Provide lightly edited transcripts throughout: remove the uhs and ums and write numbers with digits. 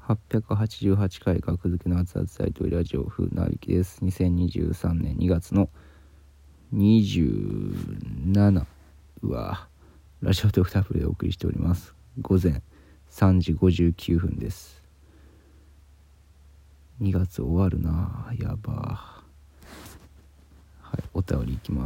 888回格付けの熱々大統領ラジオ風なびきです。2023年2月の27ラジオトークタブルでお送りしております。午前3時59分です。2月終わるな、やば。はい、お便りいきます。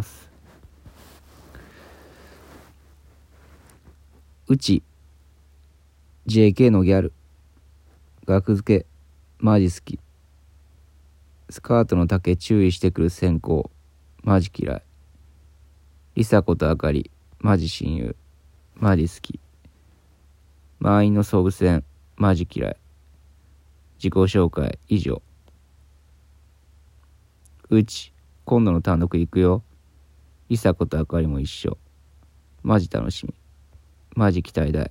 うち JK のギャル額付けマジ好き。スカートの丈注意してくる先行マジ嫌い。りさことあかりマジ親友マジ好き。満員の総武線マジ嫌い。自己紹介以上。うち今度の単独行くよ。りさことあかりも一緒。マジ楽しみ。マジ期待大。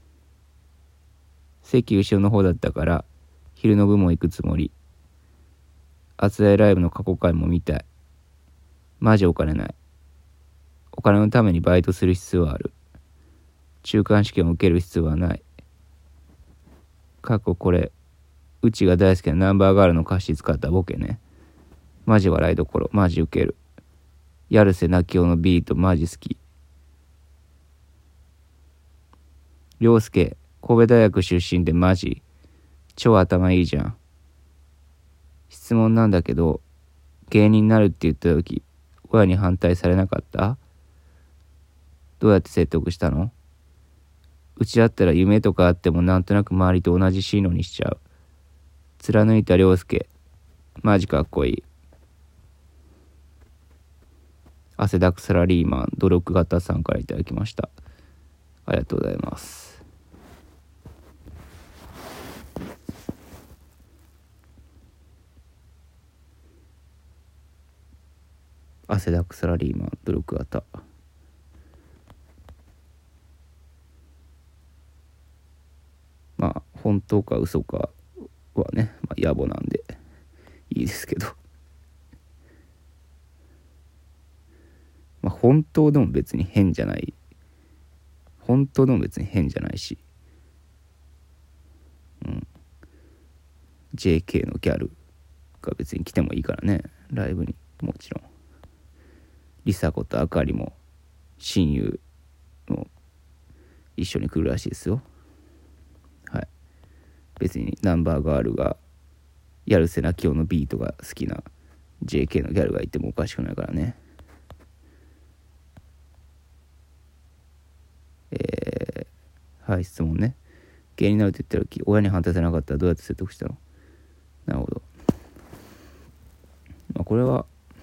席後ろの方だったから昼の部も行くつもり。熱いライブの過去回も見たい。マジお金ない。お金のためにバイトする必要はある。中間試験を受ける必要はない。過去これうちが大好きなナンバーガールの歌詞使ったボケね。マジ笑いどころ。マジウケる。やるせなきおのビートマジ好き。涼介神戸大学出身でマジ超頭いいじゃん。質問なんだけど、芸人になるって言った時親に反対されなかった？どうやって説得したの？うちだったら夢とかあってもなんとなく周りと同じ進路にしちゃう。貫いた涼介マジかっこいい。汗だくサラリーマン努力型さんからいただきました。ありがとうございます。汗だくサラリーマン努力型。まあ本当か嘘かはね、野暮なんでいいですけど、本当でも別に変じゃない。本当でも別に変じゃないし、JK のギャルが別に来てもいいからね、ライブに。もちろんりさことあかりも親友も一緒に来るらしいですよ。はい。別にナンバーガールがやるせなきおのビートが好きな JK のギャルがいてもおかしくないからね。はい、質問ね。芸人になるって言った時親に反対されなかったらどうやって説得したの？なるほど。これは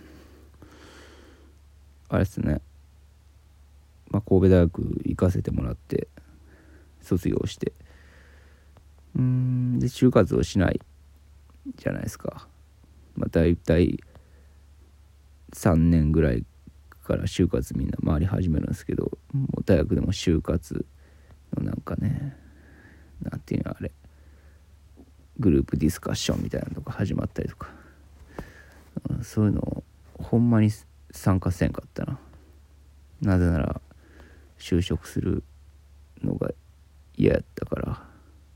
あれですね。神戸大学行かせてもらって卒業して、で就活をしないじゃないですか。だいたい3年ぐらいから就活みんな回り始めるんですけど、もう大学でも就活のなんかね、なんていうのあれ、グループディスカッションみたいなのが始まったりとか、そういうのをほんまに参加せんかったな。なぜなら就職するのが嫌やったから。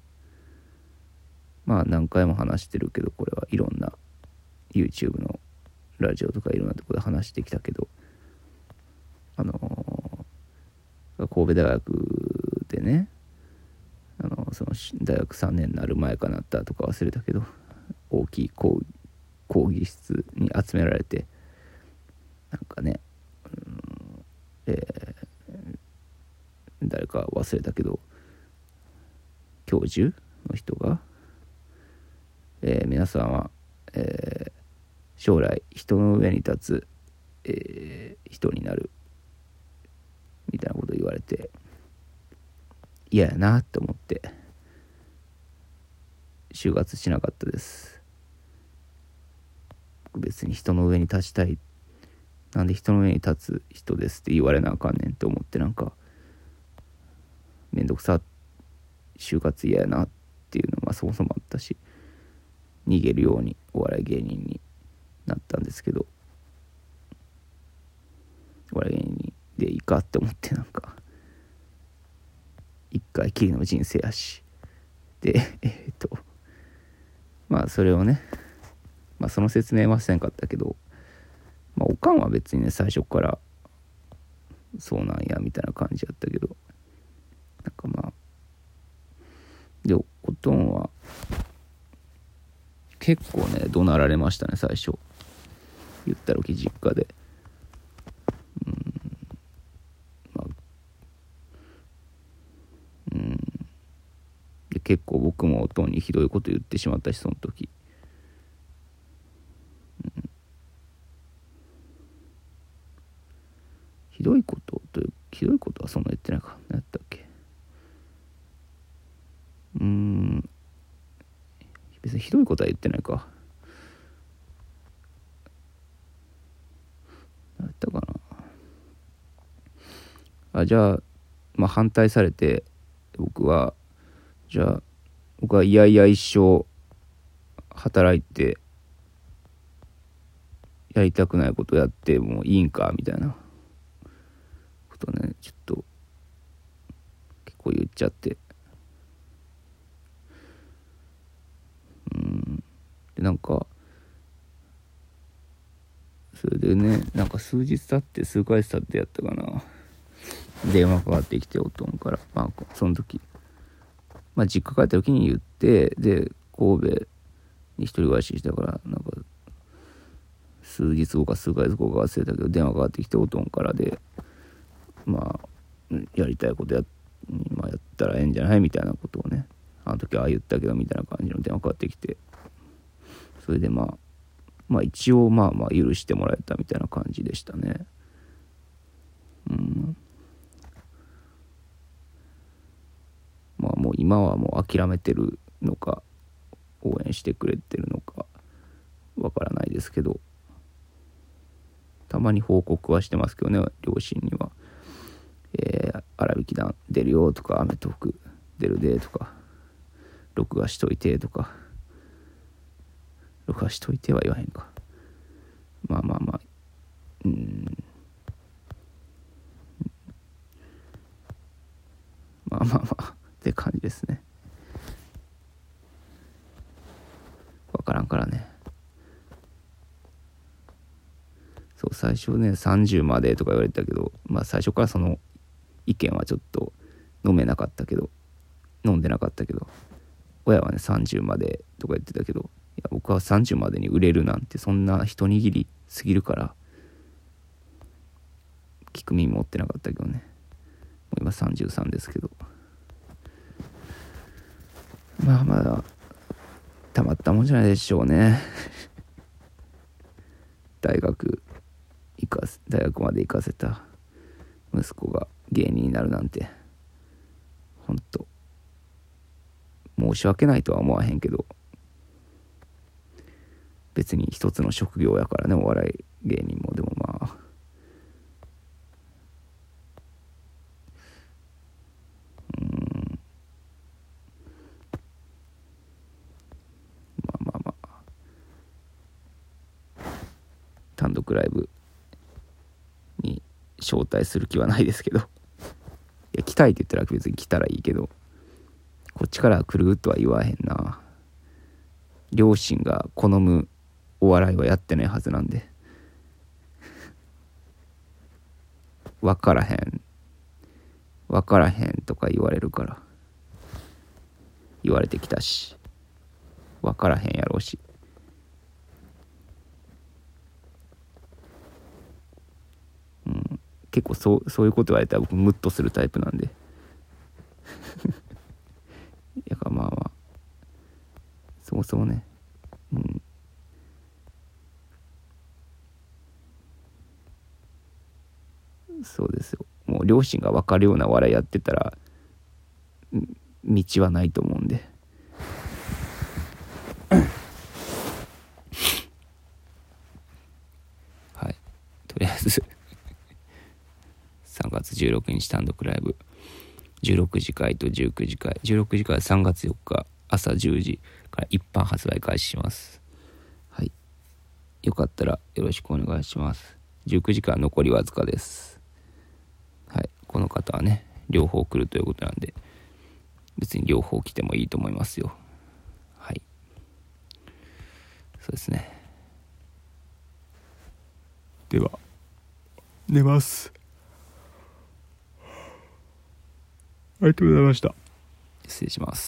何回も話してるけど、これはいろんな YouTube のラジオとかいろんなところで話してきたけど、神戸大学でね、その大学3年になる前かなったとか忘れたけど、大きい講義室に集められて、なんかね、誰か忘れたけど教授の人が、皆さんは、将来人の上に立つ、人になるみたいなこと言われて、嫌やなって思って就活しなかったです。別に人の上に立ちたい、なんで人の上に立つ人ですって言われなあかんねんって思って、なんかめんどくさ、就活嫌やなっていうのがそもそもあったし、逃げるようにお笑い芸人になったんですけど、お笑い芸人でいいかって思って、なんか一回きりの人生やしでまあそれをね、まあその説明はせんかったけど、まあおかんは別にね最初からそうなんやみたいな感じやったけど、なんかまあでおとんは結構ね怒鳴られましたね最初。言ったら実家で、まあで結構僕もおとんにひどいこと言ってしまったし、その時、ひどいことはそんな言ってないか。何やったっけ。別にひどいことは言ってないか。何やったかな。じゃあまあ反対されて、僕はいやいや一生働いてやりたくないことやってもいいんかみたいなことね、ちょっと結構言っちゃって、でなんかそれでね、なんか数ヶ月経ってやったかな、電話かかってきて、おとんから、まあその時、まあ実家帰った時に言って、で神戸に一人暮らししたから、なんか数日後か数ヶ月後か忘れたけど電話かかってきて、おとんからで、まあやりたいことやったらええんじゃないみたいなことをね、あの時ああ言ったけどみたいな感じの電話かかってきて、それでまあ一応まあ許してもらえたみたいな感じでしたね。まあもう今はもう諦めてるのか応援してくれてるのかわからないですけど、たまに報告はしてますけどね、両親には。荒引き団出るよとか、アメトーーク出るでとか、録画しといてとか、録画しといては言わへんか、まあって感じですね。わからんからね。そう、最初ね30までとか言われたけど、まあ最初からその意見はちょっと飲んでなかったけど、親はね30までとか言ってたけど、いや僕は30までに売れるなんてそんな一握りすぎるから聞く耳持ってなかったけどね。もう今33ですけど、まだたまったもんじゃないでしょうね。大学まで行かせた息子が芸人になるなんて、ほんと申し訳ないとは思わへんけど、別に一つの職業やからね、お笑い芸人も。でも単独ライブに招待する気はないですけど、いや来たいって言ったら別に来たらいいけど、こっちから来るとは言わへんな。両親が好むお笑いはやってないはずなんで。分からへんとか言われるから、言われてきたし、分からへんやろうし、結構そういうこと言われたら僕ムッとするタイプなんでやからそもそもね、そうですよ。もう両親が分かるような笑いやってたら道はないと思うんではい、とりあえず3月16日単独ライブ、16時会と19時会。16時会は3月4日朝10時から一般発売開始します。はい、よかったらよろしくお願いします。19時間残りわずかです。はい、この方はね両方来るということなんで、別に両方来てもいいと思いますよ。はい、 そうですね。では寝ます。ありがとうございました。失礼します。